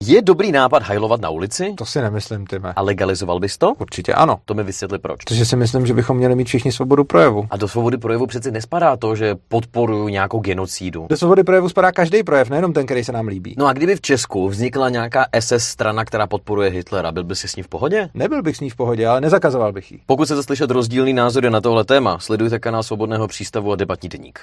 Je dobrý nápad hajlovat na ulici? To si nemyslím, Time. A legalizoval bys to? Určitě ano. To mi vysvětli proč. Protože si myslím, že bychom měli mít všichni svobodu projevu. A do svobody projevu přeci nespadá to, že podporuju nějakou genocídu. Do svobody projevu spadá každý projev, nejenom ten, který se nám líbí. No a kdyby v Česku vznikla nějaká SS strana, která podporuje Hitlera, byl by si s ní v pohodě? Nebyl bych s ní v pohodě, ale nezakazoval bych ji. Pokud chcete slyšet rozdílný názory na tohle téma, sledujte kanál Svobodného přístavu a Debatní deník.